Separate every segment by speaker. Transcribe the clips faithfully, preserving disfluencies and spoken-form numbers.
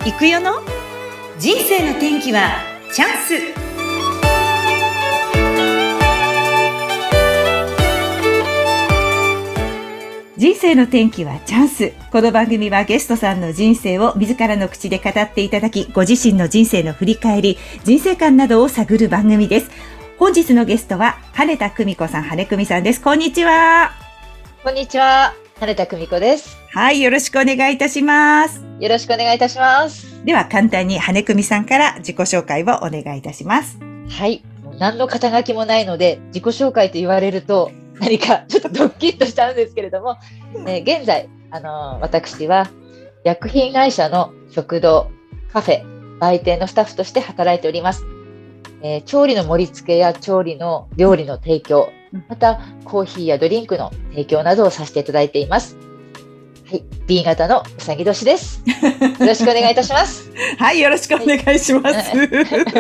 Speaker 1: 行くよの人生の転機はチャンス。人生の転機はチャンス。この番組はゲストさんの人生を自らの口で語っていただき、ご自身の人生の振り返り、人生観などを探る番組です。本日のゲストは羽田久美子さん、羽久美さんです。こんにちは。
Speaker 2: こんにちは。羽田久美子です。
Speaker 1: はい、よろしくお願いいたします。
Speaker 2: よろしくお願いいたします。
Speaker 1: では簡単に羽久美さんから自己紹介をお願いいたします。
Speaker 2: はい。何の肩書きもないので、自己紹介と言われると何かちょっとドッキッとしちゃうんですけれども、えー、現在、あのー、私は薬品会社の食堂、カフェ、売店のスタッフとして働いております。えー、調理の盛り付けや調理の料理の提供、またコーヒーやドリンクの提供などをさせていただいています。はい、ビー 型のうさぎ年です。よろしくお願いいたします。
Speaker 1: はい、よろしくお願いします。はい、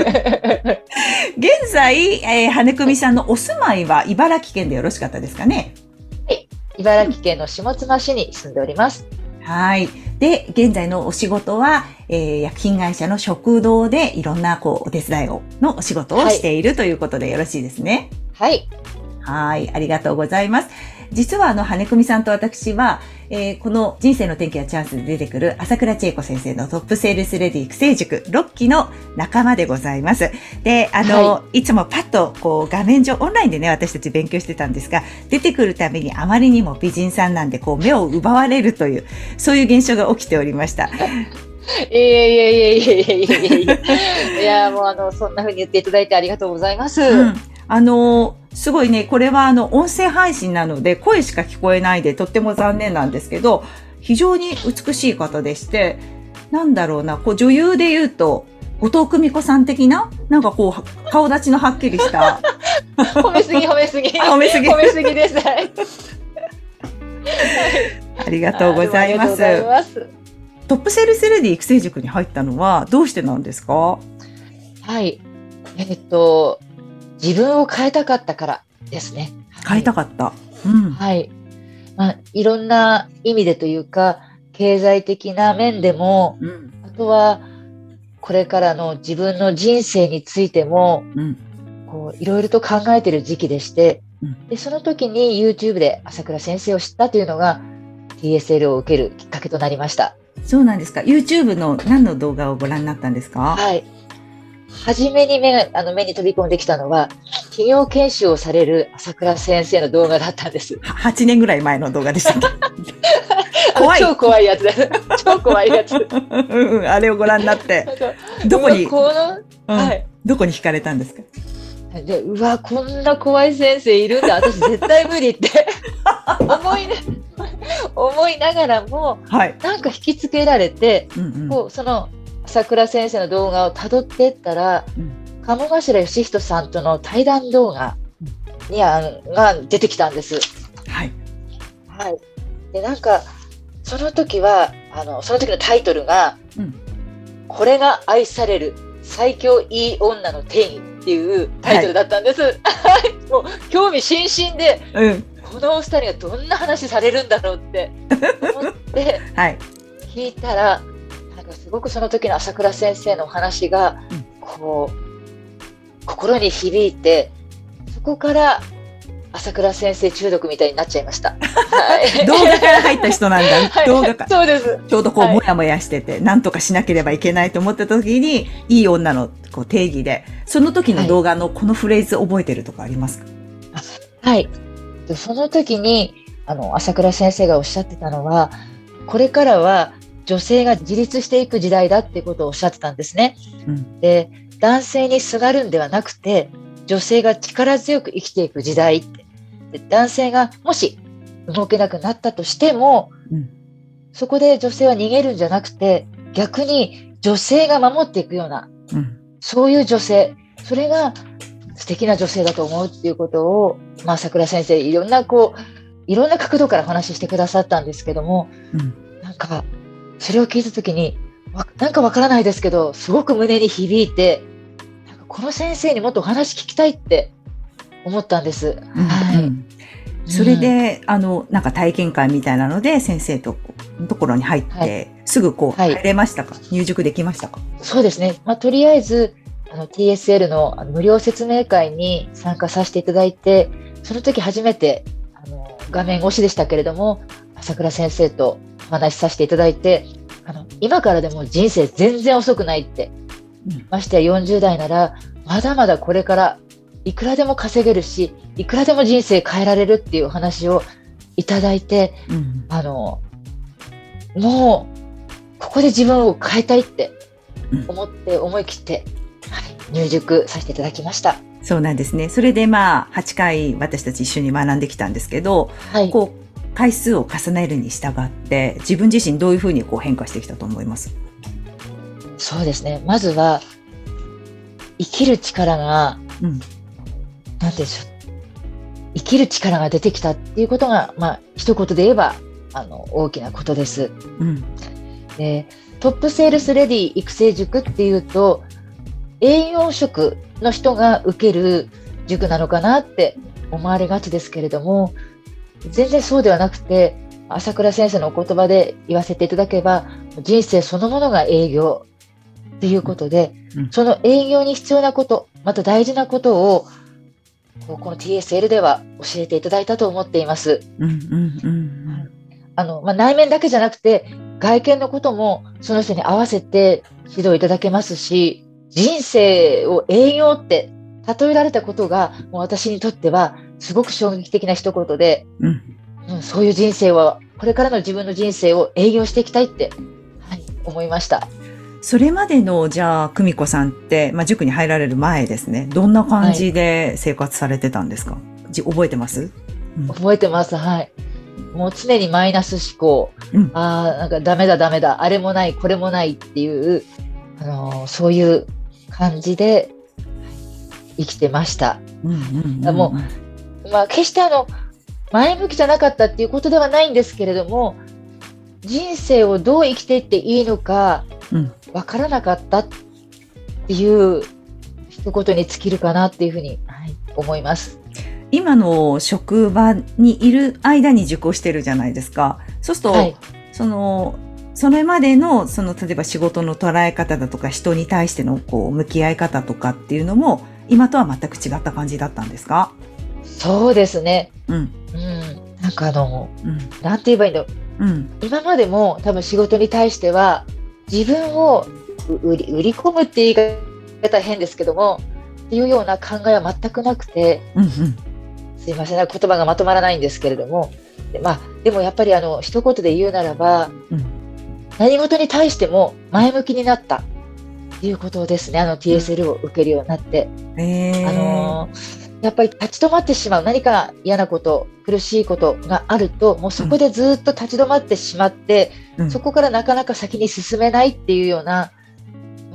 Speaker 1: 現在、えー、羽久美さんのお住まいは茨城県でよろしかったですかね。
Speaker 2: はい、茨城県の下妻市に住んでおります。
Speaker 1: はい。で、現在のお仕事は、えー、薬品会社の食堂でいろんなこうお手伝いをのお仕事をしている、はい、ということでよろしいですね。
Speaker 2: はい。
Speaker 1: はい、ありがとうございます。実はあの羽久美さんと私は、えー、この人生の転機はチャンスで出てくる朝倉千恵子先生のトップセールスレディ育成塾ろっきの仲間でございます。で、あの、はい、いつもパッとこう画面上オンラインでね私たち勉強してたんですが、出てくるためにあまりにも美人さんなんでこう目を奪われるというそういう現象が起きておりました。
Speaker 2: いやいやいやいやいやいやいやいやいやもうあのそんな風に言っていただいてありがとうございます。うん、
Speaker 1: あのすごいね、これはあの音声配信なので声しか聞こえないでとっても残念なんですけど、非常に美しい方でして、なんだろうな、こう女優で言うと後藤久美子さん的な、なんかこう顔立ちのはっきりした
Speaker 2: 褒めすぎ褒めすぎ
Speaker 1: 褒めすぎ
Speaker 2: 褒めすぎです。
Speaker 1: ありがとうございます。トップセールスレディ育成塾に入ったのはどうしてなんですか？
Speaker 2: はい、えー、っと自分を変えたかったからですね。
Speaker 1: 変えたかった。うん、
Speaker 2: はい。まあ、いろんな意味でというか、経済的な面でも、うん、あとはこれからの自分の人生についても、うん、こういろいろと考えている時期でして、うん、でその時に YouTube で朝倉先生を知ったというのが ティーエスエル を受けるきっかけとなりました。
Speaker 1: そうなんですか。YouTube の何の動画をご覧になったんですか？
Speaker 2: はい。はじめに目が、あの目に飛び込んできたのは、企業研修をされる朝倉先生の動画だったんです。
Speaker 1: はちねんぐらい前の動画でしたっけ？怖い。
Speaker 2: 超怖いやつだ。超怖いやつ。
Speaker 1: うんうん、あれをご覧になって、どこに、
Speaker 2: この、
Speaker 1: うん、はい、どこに惹かれたんですか？
Speaker 2: で、うわ、こんな怖い先生いるんだ。私絶対無理って思いね、思いながらも、はい、なんか引きつけられて、うんうん、こうその、朝倉先生の動画をたどっていったら、うん、鴨頭義人さんとの対談動画にあが出てきたんです。
Speaker 1: はい。
Speaker 2: はい。で、なんか、その時は、あの、その時のタイトルが、うん、これが愛される最強いい女の定義っていうタイトルだったんです。はい。もう、興味津々で、うん、このお二人がどんな話されるんだろうって思って、はい、聞いたら、すごくその時の朝倉先生のお話が、うん、こう心に響いて、そこから朝倉先生中毒みたいになっちゃいました。はい、
Speaker 1: 動画から入った人なんだ。はい、動画から。
Speaker 2: そうです。
Speaker 1: ちょうどこう、はい、もやもやしてて、なんとかしなければいけないと思った時に、いい女のこう定義で、その時の動画のこのフレーズ覚えてるとかありますか？
Speaker 2: はい。その時にあの朝倉先生がおっしゃってたのは、これからは女性が自立していく時代だっていうことをおっしゃってたんですね。うん、で、男性にすがるんではなくて、女性が力強く生きていく時代って。で、男性がもし動けなくなったとしても、うん、そこで女性は逃げるんじゃなくて、逆に女性が守っていくような、うん、そういう女性、それが素敵な女性だと思うっていうことを、まあ、桜先生、いろんなこう、いろんな角度からお話ししてくださったんですけども、うん、なんか、それを聞いたときに、なんかわからないですけど、すごく胸に響いて、この先生にもっとお話聞きたいって思ったんです。うん、はい。
Speaker 1: それで、うん、あの、なんか体験会みたいなので先生とところに入って、はい、すぐこう入れましたか、はい、入塾できましたか？
Speaker 2: そうですね。まあ、とりあえず、あの ティーエスエル の無料説明会に参加させていただいて、その時初めて、あの、画面越しでしたけれども、朝倉先生とお話しさせていただいて、あの、今からでも人生全然遅くないって、うん、ましてやよんじゅう代なら、まだまだこれからいくらでも稼げるし、いくらでも人生変えられるっていうお話をいただいて、うん、あの、もう、ここで自分を変えたいって思って思い切って、はい、入塾させていただきました。
Speaker 1: そうなんですね。それでまあ、はちかい私たち一緒に学んできたんですけど、はい、こう、回数を重ねるに従って、自分自身どういうふうにこう変化してきたと思います？
Speaker 2: そうですね。まずは、生きる力が、うん、なんでしょう。生きる力が出てきたっていうことが、まあ、一言で言えば、あの、大きなことです。うん、で、トップセールスレディ育成塾っていうと、営業職の人が受ける塾なのかなって思われがちですけれども、全然そうではなくて、朝倉先生のお言葉で言わせていただけば、人生そのものが営業っていうことで、うん、その営業に必要なこと、また大事なことを、この ティーエスエル では教えていただいたと思っています。うんうんうん、あの、まあ、内面だけじゃなくて、外見のこともその人に合わせて指導いただけますし、人生を営業って例えられたことが、もう私にとってはすごく衝撃的な一言で、うんうん、そういう人生は、これからの自分の人生を営業していきたいって、はい、思いました。
Speaker 1: それまでの、じゃあ、久美子さんって、まあ、塾に入られる前ですね。どんな感じで生活されてたんですか？はい、覚えてます？
Speaker 2: うん、覚えてます。はい。もう常にマイナス思考。うん、ああ、なんかダメだダメだ。あれもない、これもないっていう、あのー、そういう感じで生きてました。うんうんうん、もう、まあ、決してあの、前向きじゃなかったっていうことではないんですけれども、人生をどう生きていっていいのか、わからなかったっていう一言に尽きるかなっていうふうに、はい、思います。
Speaker 1: 今の職場にいる間に受講してるじゃないですか。そうすると、はい、その、それまでの、その、例えば仕事の捉え方だとか、人に対しての、こう、向き合い方とかっていうのも、今とは全く違った感じだったんですか？
Speaker 2: そうですね。うん。うん。なんかあの、うん、なんて言えばいいの、うん、今までも多分仕事に対しては、自分を売り、売り込むって言い方変ですけども、っていうような考えは全くなくて、うんうん、すいません、言葉がまとまらないんですけれども、で、まあ、でもやっぱりあの、一言で言うならば、うん、何事に対しても前向きになったっていうことですね。あの ティーエスエル を受けるようになって。えー、あのー、やっぱり立ち止まってしまう。何か嫌なこと、苦しいことがあると、もうそこでずっと立ち止まってしまって、うん、そこからなかなか先に進めないっていうような、うん、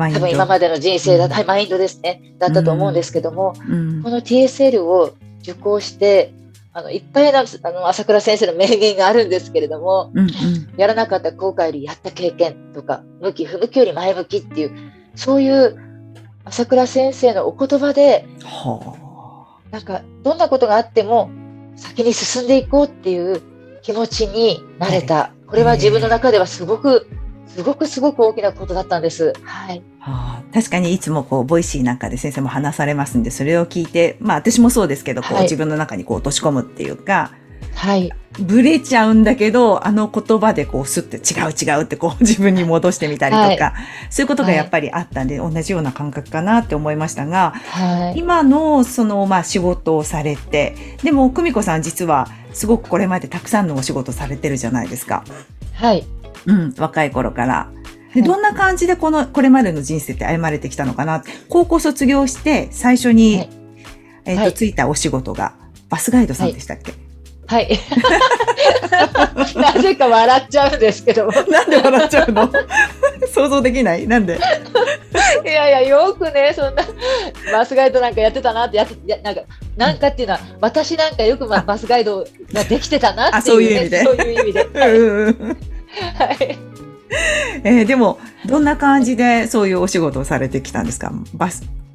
Speaker 2: 多分今までの人生だった、うん、マインドですね、だったと思うんですけども、うん、この ティーエスエル を受講して、あの、いっぱいの、あの、朝倉先生の名言があるんですけれども、うんうん、やらなかった後悔よりやった経験とか、向き不向きより前向きっていう、そういう朝倉先生のお言葉で、はあ、なんか、どんなことがあっても先に進んでいこうっていう気持ちになれた。これは自分の中ではすごく、すごくすごく大きなことだったんです。はい。
Speaker 1: はあ、確かにいつもこう、ボイシーなんかで先生も話されますんで、それを聞いて、まあ私もそうですけど、こう、はい、自分の中にこう落とし込むっていうか、はい。ブレちゃうんだけど、あの言葉でこう、すって違う違うってこう、自分に戻してみたりとか、はい、そういうことがやっぱりあったんで、はい、同じような感覚かなって思いましたが、はい、今のその、まあ仕事をされて、でも、久美子さん実はすごくこれまでたくさんのお仕事されてるじゃないですか。はい。うん、若い頃から。で、どんな感じでこの、これまでの人生って歩まれてきたのかな。高校卒業して最初に、はい、えっと、はい、ついたお仕事がバスガイドさんでしたっけ？
Speaker 2: はい。はい、なぜか笑っちゃうんですけど。
Speaker 1: なんで笑っちゃうの？想像できない？なんで？
Speaker 2: いやいや、よくね、そんな、バスガイドなんかやってたなってやって、やなんか、なんかっていうのは、うん、私なんかよく、ま、バスガイドができてたなっていう、ね、そういう意味で。そういう意味で。はい。はい
Speaker 1: えー、でも、どんな感じでそういうお仕事をされてきたんですか？バス、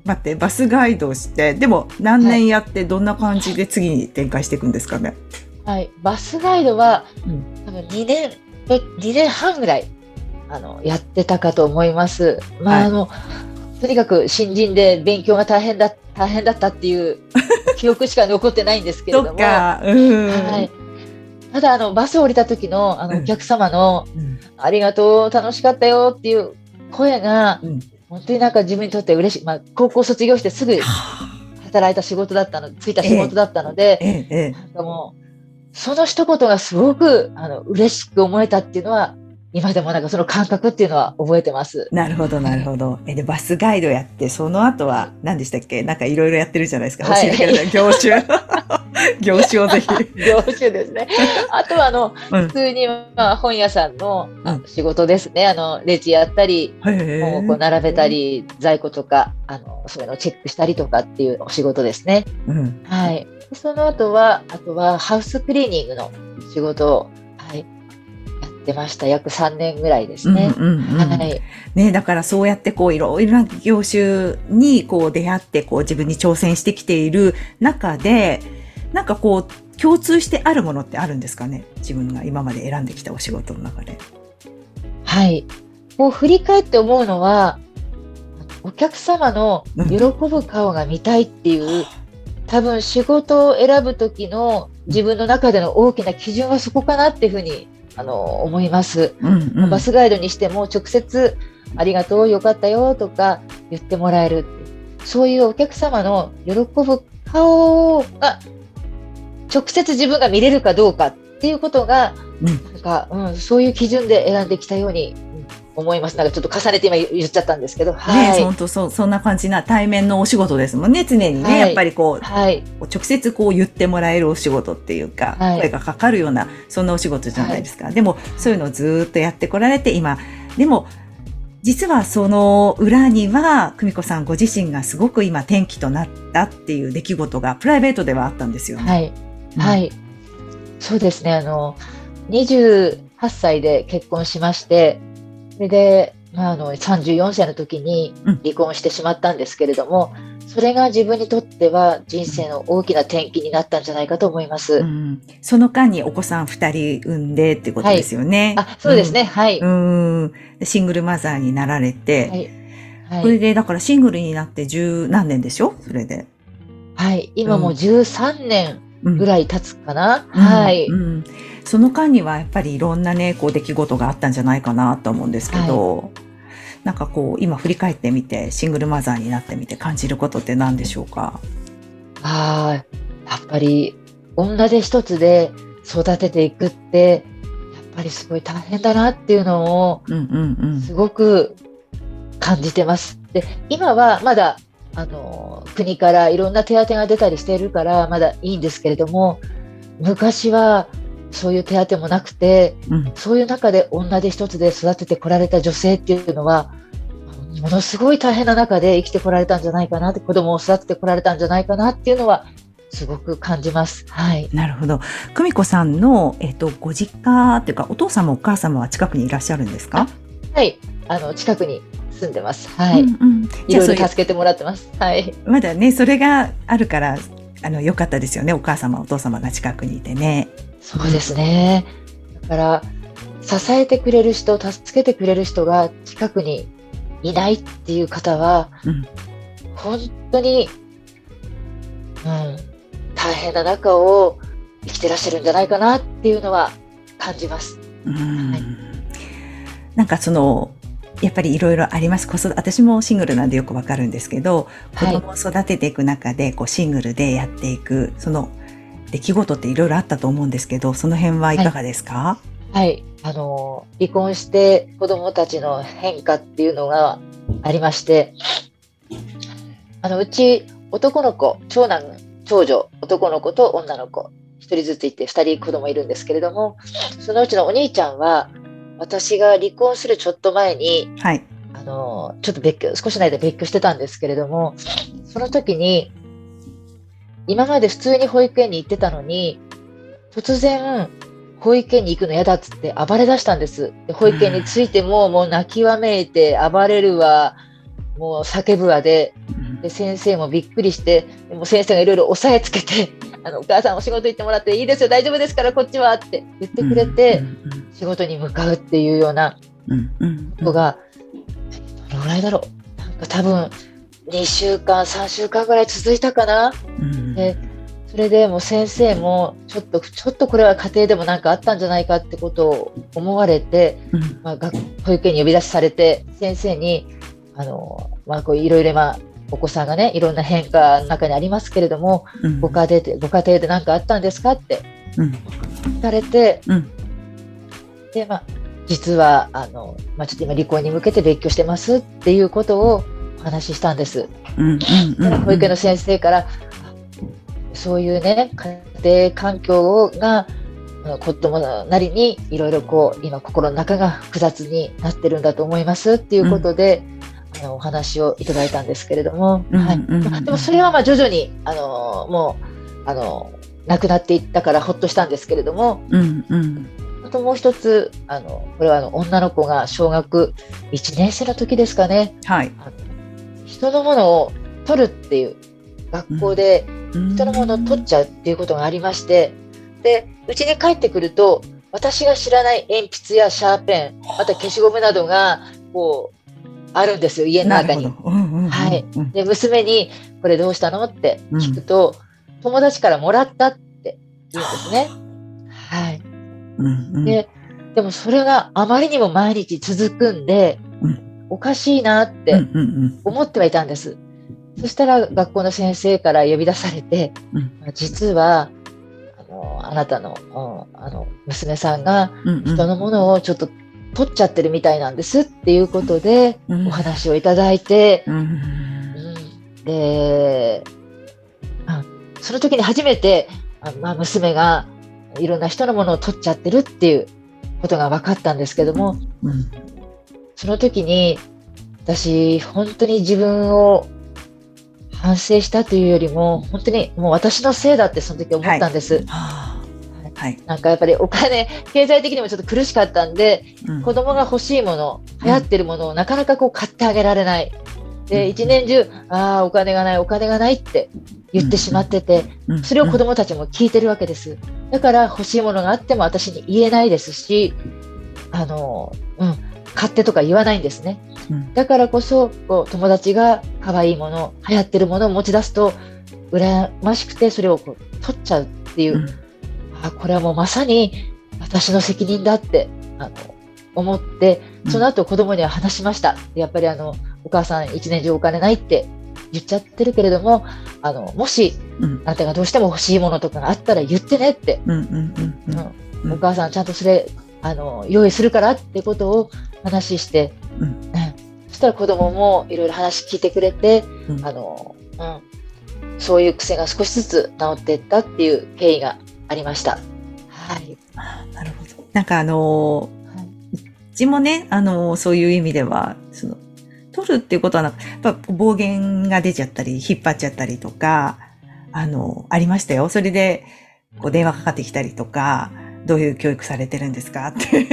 Speaker 1: 待って、バスガイドをして、でも何年やってどんな感じで次に展開していくんですかね。
Speaker 2: はい、バスガイドは、
Speaker 1: うん、
Speaker 2: 多分にねん、にねんはんぐらい、あの、やってたかと思います。まあ、はい、あの、とにかく新人で勉強が大変だ、大変だったっていう記憶しか残ってないんですけれども。
Speaker 1: そっか、うん、
Speaker 2: はい。ただ、あの、バス降りた時の、あの、お客様の、うん、ありがとう、楽しかったよっていう声が、うん、本当になんか自分にとって嬉しい。まあ、高校卒業してすぐ働いた仕事だったの、ついた仕事だったので、ええええ、なんかもう、その一言がすごく、あの、嬉しく思えたっていうのは、今でもなんかその感覚っていうのは覚えてます。
Speaker 1: なるほど、なるほど。え、で、バスガイドやって、その後は何でしたっけ？なんかいろいろやってるじゃないですか。教えてください。業種。業種をぜひ。
Speaker 2: 業種ですね。あとは、あの、うん、普通に、まあ、本屋さんの仕事ですね。あの、レジやったり、本をこう並べたり、在庫とか、あの、そういうのをチェックしたりとかっていうお仕事ですね。うん、はい。その後は、あとはハウスクリーニングの仕事を、はい。出ました。約さんねんぐらいですね。うんうんうん、はい。
Speaker 1: ね、だからそうやってこういろいろな業種にこう出会ってこう自分に挑戦してきている中で、なんかこう共通してあるものってあるんですかね？自分が今まで選んできたお仕事の中で。
Speaker 2: はい。こう振り返って思うのは、お客様の喜ぶ顔が見たいっていう、うん、多分仕事を選ぶ時の自分の中での大きな基準はそこかなっていうふうにあの思います、うんうん、バスガイドにしても直接ありがとうよかったよとか言ってもらえる、そういうお客様の喜ぶ顔が直接自分が見れるかどうかっていうことが、うん、なんか、うん、そういう基準で選んできたように思います。なんかちょっと重ねて今言っちゃったんですけど、
Speaker 1: はい、ね、本当そう、そんな感じな対面のお仕事ですもんね。常にね、はい、やっぱりこう、はい、直接こう言ってもらえるお仕事っていうか、はい、声がかかるようなそんなお仕事じゃないですか。はい、でもそういうのをずっとやってこられて今、でも実はその裏には久美子さんご自身がすごく今転機となったっていう出来事がプライベートではあったんですよね。
Speaker 2: はい、うん、はい、そうですね。あのにじゅうはっさいで結婚しまして。それで、まあ、あのさんじゅうよんさいの時に離婚してしまったんですけれども、うん、それが自分にとっては人生の大きな転機になったんじゃないかと思います。うん、
Speaker 1: その間にお子さんふたり産んでってことですよね。
Speaker 2: はい、あ、そうですね。うん、はい。
Speaker 1: うん。シングルマザーになられて、はいはい、これでだからシングルになって十何年でしょ？それで。
Speaker 2: はい。今もうじゅうさんねんぐらい経つかな。うん、はい、
Speaker 1: うんうん。その間にはやっぱりいろんなね、こう出来事があったんじゃないかなと思うんですけど、はい、なんかこう今振り返ってみてシングルマザーになってみて感じることって何でしょうか？
Speaker 2: ああ、やっぱり女手一つで育てていくってやっぱりすごい大変だなっていうのをすごく感じてます。で、今はまだあの国からいろんな手当が出たりしているからまだいいんですけれども、昔はそういう手当もなくて、うん、そういう中で女手一つで育ててこられた女性っていうのはものすごい大変な中で生きてこられたんじゃないかなって、子供を育ててこられたんじゃないかなっていうのはすごく感じます。はい。
Speaker 1: なるほど。久美子さんの、えっと、ご実家っていうかお父様お母様は近くにいらっしゃるんですか？
Speaker 2: はい。あの近くに住んでます。はい。うんうん、いろいろ助けてもらってます。はい。
Speaker 1: まだねそれがあるからあの良かったですよね。お母様お父様が近くにいてね。
Speaker 2: そうですね。だから支えてくれる人、助けてくれる人が近くにいないっていう方は、うん、本当に、うん、大変な中を生きてらっしゃるんじゃないかなっていうのは感じます。うん、
Speaker 1: はい、なんかそのやっぱりいろいろあります。子育て、私もシングルなんでよくわかるんですけど、子供を育てていく中でこうシングルでやっていくその出来事っていろいろあったと思うんですけど、その辺はいかがですか？
Speaker 2: はい、はい、あの離婚して子供たちの変化っていうのがありまして、あのうち男の子、長男長女男の子と女の子ひとりずついてふたり子供いるんですけれども、そのうちのお兄ちゃんは私が離婚するちょっと前に、はい、あのちょっと別居少しの間別居してたんですけれども、その時に今まで普通に保育園に行ってたのに、突然保育園に行くの嫌だっつって暴れ出したんです。で保育園に着いてももう泣きわめいて暴れるわ、もう叫ぶわで、 で先生もびっくりして、でも先生がいろいろ押さえつけてあのお母さんお仕事行ってもらっていいですよ、大丈夫ですからこっちはって言ってくれて、仕事に向かうっていうようなことが、どのぐらいだろう、なんか多分にしゅうかんさんしゅうかんぐらい続いたかな、うん、でそれでもう先生もちょっとちょっとこれは家庭でも何かあったんじゃないかってことを思われて、うんまあ、学保育園に呼び出しされて、先生にあの、まあ、こういろいろ、まあ、お子さんがねいろんな変化の中にありますけれども、うん、ご家庭でご家庭で何かあったんですかって聞かれて、うん、でまあ、実はあの、まあ、ちょっと今離婚に向けて別居してますっていうことをお話ししたんです。うんうんうんうん、保育園の先生からそういうね家庭環境が子供なりにいろいろこう今心の中が複雑になってるんだと思いますっていうことで、うん、あのお話をいただいたんですけれども、うんはいうんうん、でもそれはまあ徐々にあのもうあのなくなっていったからほっとしたんですけれども、うんうん、あともう一つあのこれはあの女の子が小学いちねん生の時ですかね、はい、あの人のものを取るっていう学校で人のものを取っちゃうっていうことがありまして、で家に帰ってくると私が知らない鉛筆やシャーペン、また消しゴムなどがこうあるんですよ、家の中に。はい。で娘にこれどうしたのって聞くと、うん、友達からもらったって言うんですね。はい。うんうん、ででもそれがあまりにも毎日続くんで、うん、おかしいなって思ってはいたんです。そしたら学校の先生から呼び出されて、うん、実はあのあなたの、うん、あの娘さんが人のものをちょっと取っちゃってるみたいなんですっていうことでお話をいただいて、うんうん、で、あ、その時に初めて、あまあ、娘がいろんな人のものを取っちゃってるっていうことが分かったんですけども、うん、その時に私本当に自分を反省したというよりも本当にもう私のせいだってその時思ったんです、はいはい、なんかやっぱりお金経済的にもちょっと苦しかったんで、うん、子供が欲しいもの流行ってるものをなかなかこう買ってあげられないで、うん、一年中ああお金がないお金がないって言ってしまってて、うん、それを子供たちも聞いてるわけです。だから欲しいものがあっても私に言えないですし、あの、うん、買ってとか言わないんですね。だからこそこう友達が可愛いもの流行ってるものを持ち出すと羨ましくてそれをこう取っちゃうっていう、うん、あこれはもうまさに私の責任だってあの思ってその後子供には話しました。やっぱりあのお母さん一年中お金ないって言っちゃってるけれどもあのもし、うん、あなたがどうしても欲しいものとかがあったら言ってねって、うんうんうんうん、お母さんちゃんとそれあの用意するからってことを話して、うんね、そしたら子供もいろいろ話聞いてくれて、うんあのうん、そういう癖が少しずつ治っていったっていう経緯がありました。はい。
Speaker 1: あ、なるほど。なんかあのーはい、うちもね、あのー、そういう意味ではその取るっていうことはなんかやっぱ暴言が出ちゃったり引っ張っちゃったりとかあのー、ありましたよ。それでこう電話かかってきたりとか。どういう教育されてるんですかって、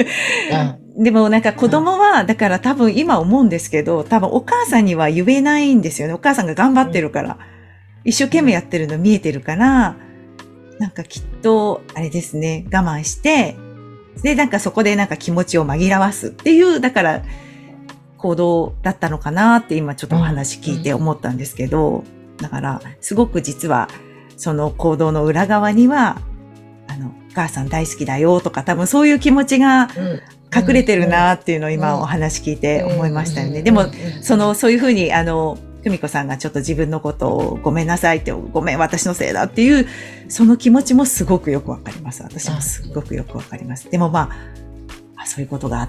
Speaker 1: うん、でもなんか子供はだから多分今思うんですけど多分お母さんには言えないんですよね。お母さんが頑張ってるから、うん、一生懸命やってるの見えてるからなんかきっとあれですね我慢してでなんかそこでなんか気持ちを紛らわすっていうだから行動だったのかなって今ちょっとお話聞いて思ったんですけど、うん、だからすごく実はその行動の裏側にはあのお母さん大好きだよとか多分そういう気持ちが隠れてるなっていうのを今お話聞いて思いましたよね。でもそのそういうふうにあの久美子さんがちょっと自分のことをごめんなさいってごめん私のせいだっていうその気持ちもすごくよくわかります。私もすごくよくわかります。でもまあそういうことがあって、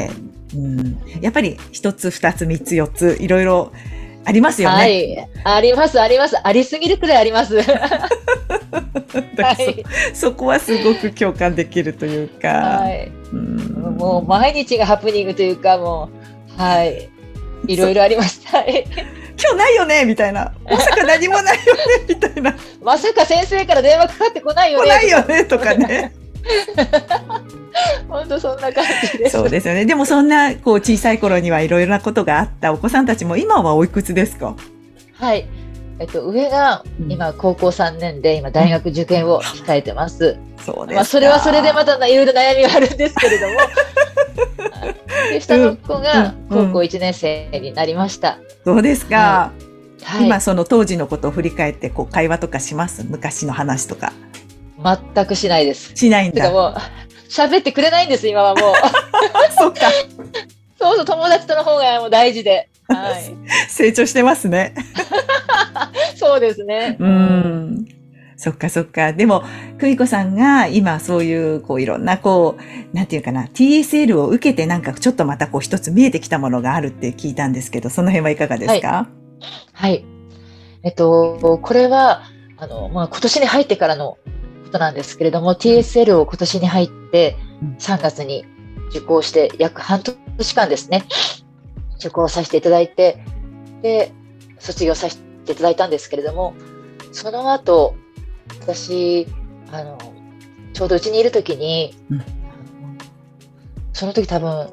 Speaker 1: うん、やっぱり一つ二つ三つ四ついろいろありますよね。はい、
Speaker 2: ありますありますありすぎるくらいあります。
Speaker 1: はい、そ, そこはすごく共感できるというか、はい、
Speaker 2: うんもう毎日がハプニングというかもうはいいろいろありました。今
Speaker 1: 日ないよねみたいなまさか何もないよねみたいな
Speaker 2: まさか先生から電話かかってこないよね
Speaker 1: 来ないよねとかね
Speaker 2: 本当そんな感じです。
Speaker 1: そうですよね。でもそんなこう小さい頃にはいろいろなことがあったお子さんたちも今はおいくつですか？
Speaker 2: はい。えっと、上が今高校さんねんで、今大学受験を控えてます。
Speaker 1: そうですか。
Speaker 2: まあ、それはそれでまたいろいろ悩みがあるんですけれども。で、下の子が高校いちねん生になりました。
Speaker 1: そうですか。
Speaker 2: はい、
Speaker 1: 今その当時のことを振り返ってこう会話とかします？昔の話とか。
Speaker 2: 全くしないです。
Speaker 1: しないんだ。
Speaker 2: てかもう喋ってくれないんです、今はもう。
Speaker 1: そっか。
Speaker 2: そうそう、友達との方がもう大事で。はい、
Speaker 1: 成長してますね。
Speaker 2: そうですね。
Speaker 1: うん。そっかそっか。でも、久美子さんが今そういう、こういろんなこう、なんていうかな、ティーエスエル を受けてなんかちょっとまたこう一つ見えてきたものがあるって聞いたんですけど、その辺はいかがですか？
Speaker 2: はい。はい、えっと、これは、あの、まあ、今年に入ってからのことなんですけれども、ティーエスエル を今年に入ってさんがつに受講して約半年間ですね、受講させていただいて、で、卒業させていただいたんですけれども、その後、私、あの、ちょうどうちにいるときに、うん、その時多分、うん、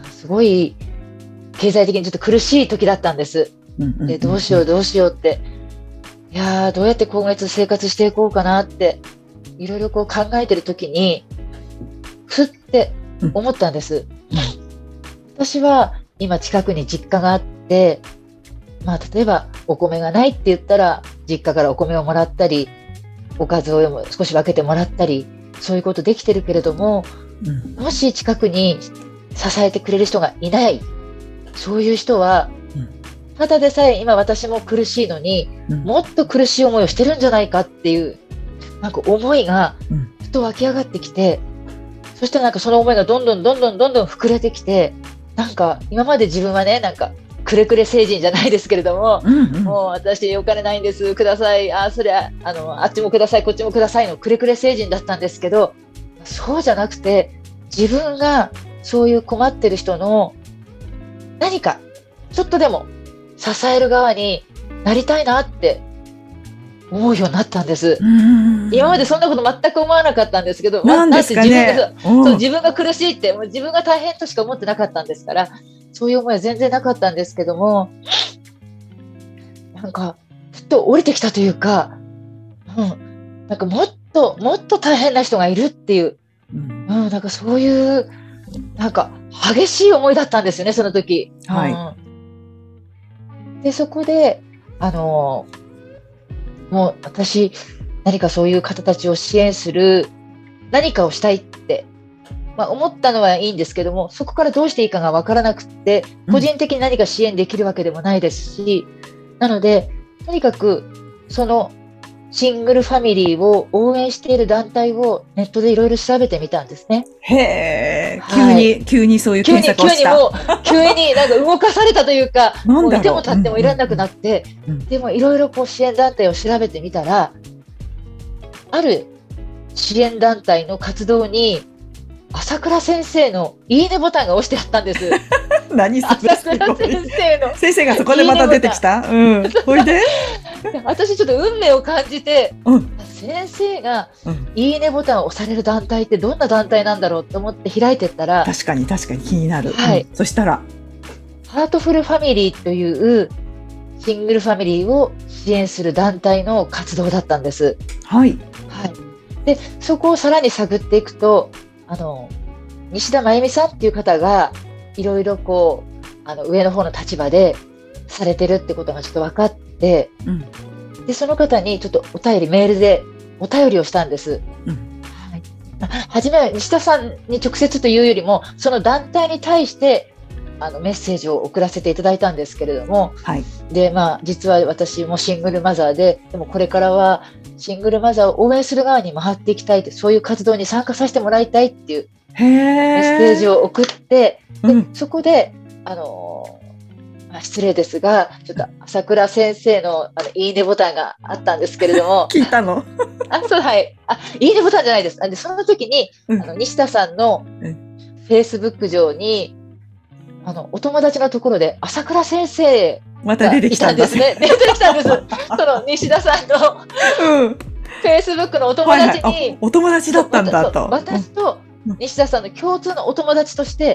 Speaker 2: すごい経済的にちょっと苦しい時だったんです。で、どうしようどうしようって、いやー、どうやって今月生活していこうかなって、いろいろこう考えてる時に、ふって思ったんです。うん、私は今近くに実家があって、まあ例えばお米がないって言ったら、実家からお米をもらったり、おかずを少し分けてもらったり、そういうことできてるけれども、うん、もし近くに支えてくれる人がいない、そういう人は、うん、ただでさえ今私も苦しいのに、うん、もっと苦しい思いをしてるんじゃないかっていう、なんか思いがふっと湧き上がってきて、うん、そしたらなんかその思いがどんどんどんどんどんどん膨れてきて、なんか今まで自分はね、なんかくれくれ成人じゃないですけれども、うんうん、もう私お金ないんですください、あそれあのあっちもくださいこっちもくださいのくれくれ成人だったんですけど、そうじゃなくて自分がそういう困ってる人の何かちょっとでも支える側になりたいなって思うようになったんです。今までそんなこと全く思わなかったんですけど、
Speaker 1: なんですかね、
Speaker 2: だって自分がそう、自分が苦しいってもう自分が大変としか思ってなかったんですから、そういう思いは全然なかったんですけども、なんかふっと降りてきたというか、うん、なんかもっともっと大変な人がいるっていう、うん、なんかそういうなんか激しい思いだったんですよね、その時。はいうん、でそこであのもう私何かそういう方たちを支援する何かをしたいって、まあ、思ったのはいいんですけども、そこからどうしていいかが分からなくて、個人的に何か支援できるわけでもないですし、うん、なのでとにかくそのシングルファミリーを応援している団体をネットでいろいろ調べてみたんですね。
Speaker 1: へー、はい、急に急にそういう検索をした。
Speaker 2: 急に急にもう急になんか動かされたというか、もういても立ってもいられなくなって、うんうんうん、でもいろいろこう支援団体を調べてみたら、ある支援団体の活動に朝倉先生のいいねボタンが押してあったんです。
Speaker 1: 何それ、
Speaker 2: 朝倉先生の
Speaker 1: 先生がそこでまた出てきた。うん。ほいで
Speaker 2: 私ちょっと運命を感じて、うん、先生がいいねボタンを押される団体ってどんな団体なんだろうと思って開いてったら、
Speaker 1: 確かに確かに気になる。
Speaker 2: はい。
Speaker 1: うん、そしたら
Speaker 2: ハートフルファミリーというシングルファミリーを支援する団体の活動だったんです。
Speaker 1: はい。
Speaker 2: はい。でそこをさらに探っていくと、あの西田真由美さんっていう方がいろいろこうあの上の方の立場でされてるってことがちょっと分かって、うん、でその方にちょっとお便りメールでお便りをしたんです。うんはい、はじめは西田さんに直接というよりもその団体に対してあのメッセージを送らせていただいたんですけれども、はい、でまあ実は私もシングルマザーで、でもこれからはシングルマザーを応援する側に回っていきたいって、そういう活動に参加させてもらいたいっていうメッセージを送って、で、うん、そこであのーまあ、失礼ですがちょっと朝倉先生 の, あのいいねボタンがあったんですけれども
Speaker 1: 聞いたの
Speaker 2: あそうはいあいいねボタンじゃないです。でその時に、うん、あの西田さんのフェイスブック上にあのお友達のところで朝倉先生
Speaker 1: また出てきたんです
Speaker 2: ね。出てきたんです。その西田さんの、うん、フェイスブックのお友達に、はいはい、
Speaker 1: お友達だったんだと。
Speaker 2: 私と西田さんの共通のお友達として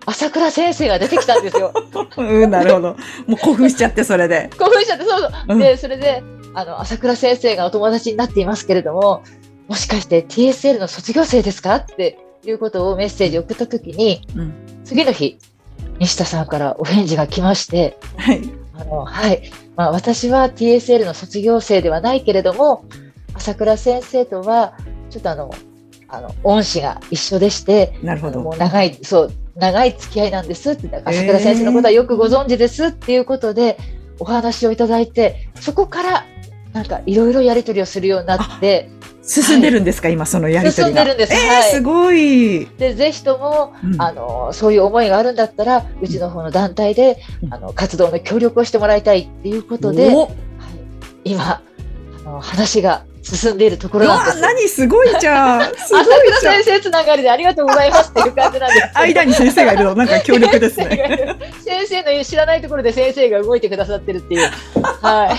Speaker 2: 朝倉先生が出てきたんですよ。
Speaker 1: うん、なるほど。もう興奮しちゃって、それで。
Speaker 2: 興奮しちゃって、そうそう。
Speaker 1: うん、
Speaker 2: で、それで、あの、朝倉先生がお友達になっていますけれども、もしかして ティーエスエル の卒業生ですかっていうことをメッセージを送ったときに、うん、次の日、西田さんからお返事が来まして、
Speaker 1: はい。
Speaker 2: あの、はい。まあ、私は ティーエスエル の卒業生ではないけれども、朝倉先生とは、ちょっとあの、あの、恩師が一緒でして、
Speaker 1: なるほど。
Speaker 2: もう長い、そう、長い付き合いなんですって、朝倉先生のことはよくご存知ですっていうことで、お話をいただいて、そこから、なんかいろいろやり取りをするようになって、
Speaker 1: 進んでるんですか、はい、今そのやり取りが。
Speaker 2: 進んでるんです。
Speaker 1: えー、
Speaker 2: はい、
Speaker 1: すごい。
Speaker 2: で、ぜひとも、うん、あの、そういう思いがあるんだったら、うちの方の団体で、うん、あの、活動の協力をしてもらいたいっていうことで、はい、今、あの、話が進んでいるところなんです。
Speaker 1: うわ、何すごいじゃん。すごい
Speaker 2: じゃん。朝倉先生つながりでありがとうございますっていう感じなんです。
Speaker 1: 間に先生がいるの、なんか強力ですね。
Speaker 2: 先生の知らないところで先生が動いてくださってるっていう。はい。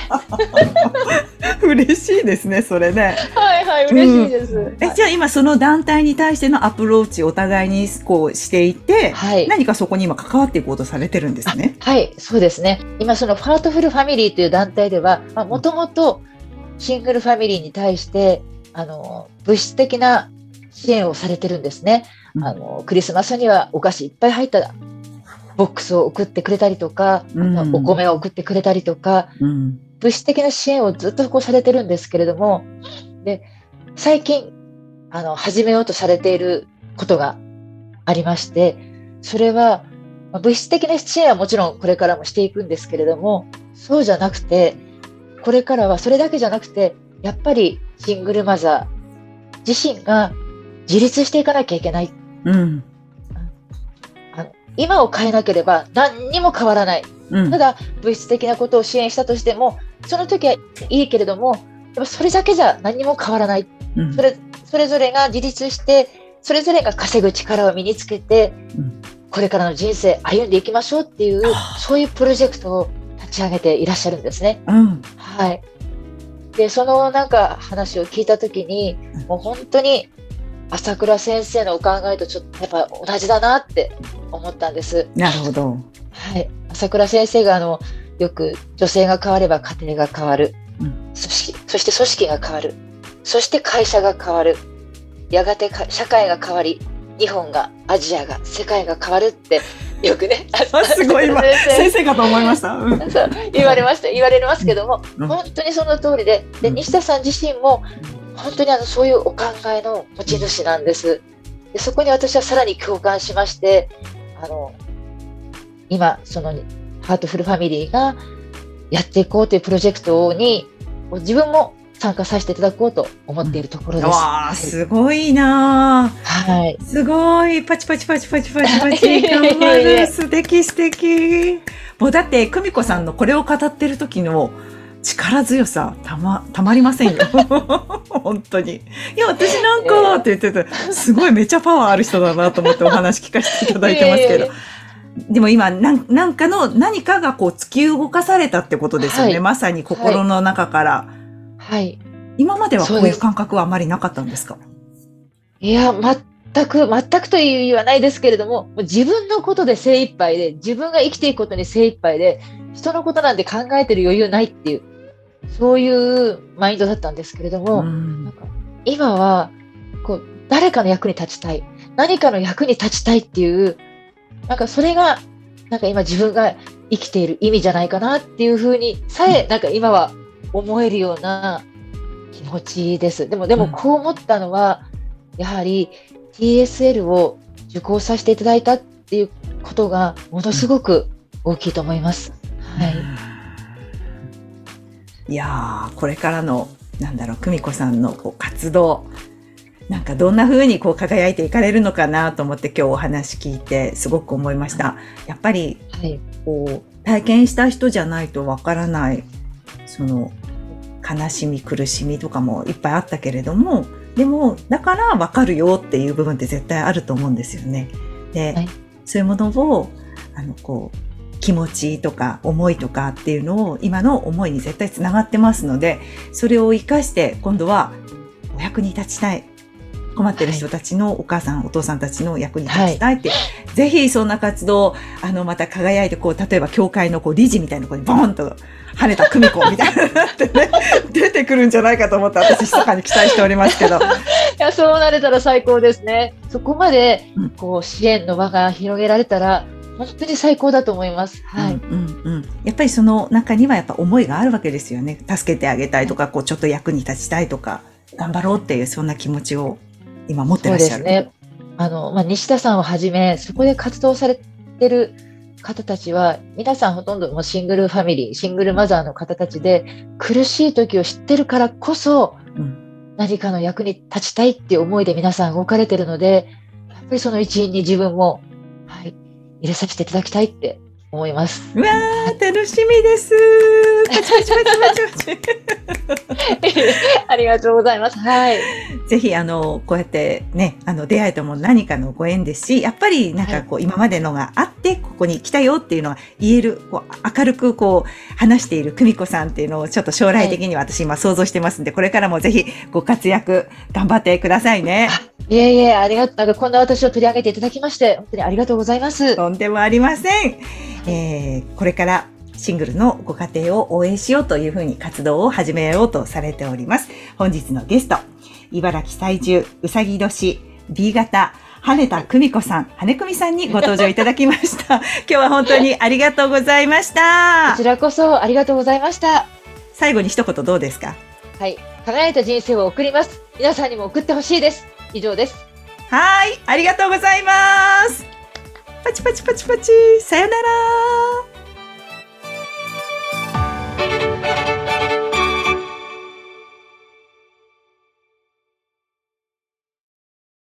Speaker 1: 嬉しいですね、それね。
Speaker 2: はいはい、嬉しいです。うん、
Speaker 1: え、じゃあ今その団体に対してのアプローチをお互いにこうしていて、はい、何かそこに今関わっていこうとされてるんですね。
Speaker 2: はい、そうですね。今そのファートフルファミリーという団体では、もともとシングルファミリーに対して、あの、物質的な支援をされてるんですね。うん、あの、クリスマスにはお菓子いっぱい入ったボックスを送ってくれたりとか、うん、お米を送ってくれたりとか、うん、物質的な支援をずっとこうされてるんですけれども、で、最近、あの、始めようとされていることがありまして、それは、まあ、物質的な支援はもちろんこれからもしていくんですけれども、そうじゃなくて、これからはそれだけじゃなくて、やっぱりシングルマザー自身が自立していかなきゃいけない。うん、あの今を変えなければ何にも変わらない。うん、ただ物質的なことを支援したとしても、その時はいいけれども、やっぱそれだけじゃ何にも変わらない。うん、それ、それぞれが自立して、それぞれが稼ぐ力を身につけて、うん、これからの人生歩んでいきましょうっていう、そういうプロジェクトを立ち上げていらっしゃるんですね。うん、はい。で、そのなんか話を聞いたときに、もう本当に朝倉先生のお考えとちょっとやっぱ同じだなって思ったんです。
Speaker 1: なるほど。
Speaker 2: はい。朝倉先生があの、よく女性が変われば家庭が変わる。うん、組織、そして組織が変わる。そして会社が変わる。やがて社会が変わり、日本が、アジアが、世界が変わるってよくね。
Speaker 1: すごい今先生かと思いました。うん、
Speaker 2: そう言われました。言われますけども、うん、本当にその通りで、で、西田さん自身も本当にあのそういうお考えの持ち主なんです。で、そこに私はさらに共感しまして、あの今そのハートフルファミリーがやっていこうというプロジェクトに自分も参加させていただこうと思っているところです。
Speaker 1: わあ、すごいな。はい。すごい。パチパチパチパチパチパチ。頑張る。素敵素敵。もうだって、久美子さんのこれを語ってる時の力強さ、たま、たまりませんよ。本当に。いや、私なんかって言ってて、すごいめちゃパワーある人だなと思ってお話聞かせていただいてますけど。でも今なん、なんかの何かがこう突き動かされたってことですよね。はい、まさに心の中から。はい。今まではこういう感覚はあまりなかったんですか？
Speaker 2: いや、全く、全くという意味はないですけれども、自分のことで精一杯で、自分が生きていくことに精一杯で、人のことなんて考えてる余裕ないっていう、そういうマインドだったんですけれども、なんか今はこう、誰かの役に立ちたい、何かの役に立ちたいっていう、なんかそれが、なんか今自分が生きている意味じゃないかなっていうふうにさえ、なんか今は思えるような気持ちです。でも、でもこう思ったのは、やはり ティーエスエル を受講させていただいたっていうことがものすごく大きいと思います。はい。
Speaker 1: いやー、これからの、なんだろう、久美子さんのこう活動、なんかどんな風にこう輝いていかれるのかなと思って今日お話聞いてすごく思いました。やっぱり、こう、体験した人じゃないとわからない、その、悲しみ、苦しみとかもいっぱいあったけれども、でも、だからわかるよっていう部分って絶対あると思うんですよね。で、はい、そういうものを、あの、こう、気持ちとか思いとかっていうのを今の思いに絶対つながってますので、それを活かして今度はお役に立ちたい。 困ってる人たちのお母さん、はい、お父さんたちの役に立ちたいって、はい、ぜひそんな活動、あの、また輝いて、こう、例えば教会のこう理事みたいなところにボーンと跳ねた久美子みたいなってね、出てくるんじゃないかと思って私、密かに期待しておりますけど。い
Speaker 2: や、そうなれたら最高ですね。そこまで、こう、支援の輪が広げられたら、本当に最高だと思います。はい。
Speaker 1: うんうんうん。やっぱりその中にはやっぱ思いがあるわけですよね。助けてあげたいとか、こう、ちょっと役に立ちたいとか、頑張ろうっていう、そんな気持ちを今持ってらっしゃる。
Speaker 2: そうですね。あの、まあ、西田さんをはじめ、そこで活動されてる方たちは、皆さんほとんどもうシングルファミリー、シングルマザーの方たちで、苦しい時を知ってるからこそ、うん、何かの役に立ちたいっていう思いで皆さん動かれてるので、やっぱりその一員に自分も、はい、入れさせていただきたいって思います。
Speaker 1: うわー、楽しみです。パチパチパチパチパチ。
Speaker 2: ありがとうございます。はい。
Speaker 1: ぜひ、あの、こうやってね、あの、出会えたも何かのご縁ですし、やっぱりなんかこう、はい、今までのがあって、ここに来たよっていうのは言える、こう、明るくこう、話している久美子さんっていうのをちょっと将来的に私今想像してますんで、はい、これからもぜひご活躍頑張ってくださいね。
Speaker 2: いえいえ、ありがとう。なんかこんな私を取り上げていただきまして、本当にありがとうございます。
Speaker 1: とんでもありません。えー、これからシングルのご家庭を応援しようというふうに活動を始めようとされております。本日のゲスト、茨城在住、うさぎ年 ビー 型、羽田久美子さん、羽久美さんにご登場いただきました。今日は本当にありがとうございました。
Speaker 2: こちらこそありがとうございました。
Speaker 1: 最後に一言どうですか？
Speaker 2: はい。輝いた人生を送ります。皆さんにも送ってほしいです。以上です。
Speaker 1: はい。ありがとうございます。パチパチパチパチ。さよなら。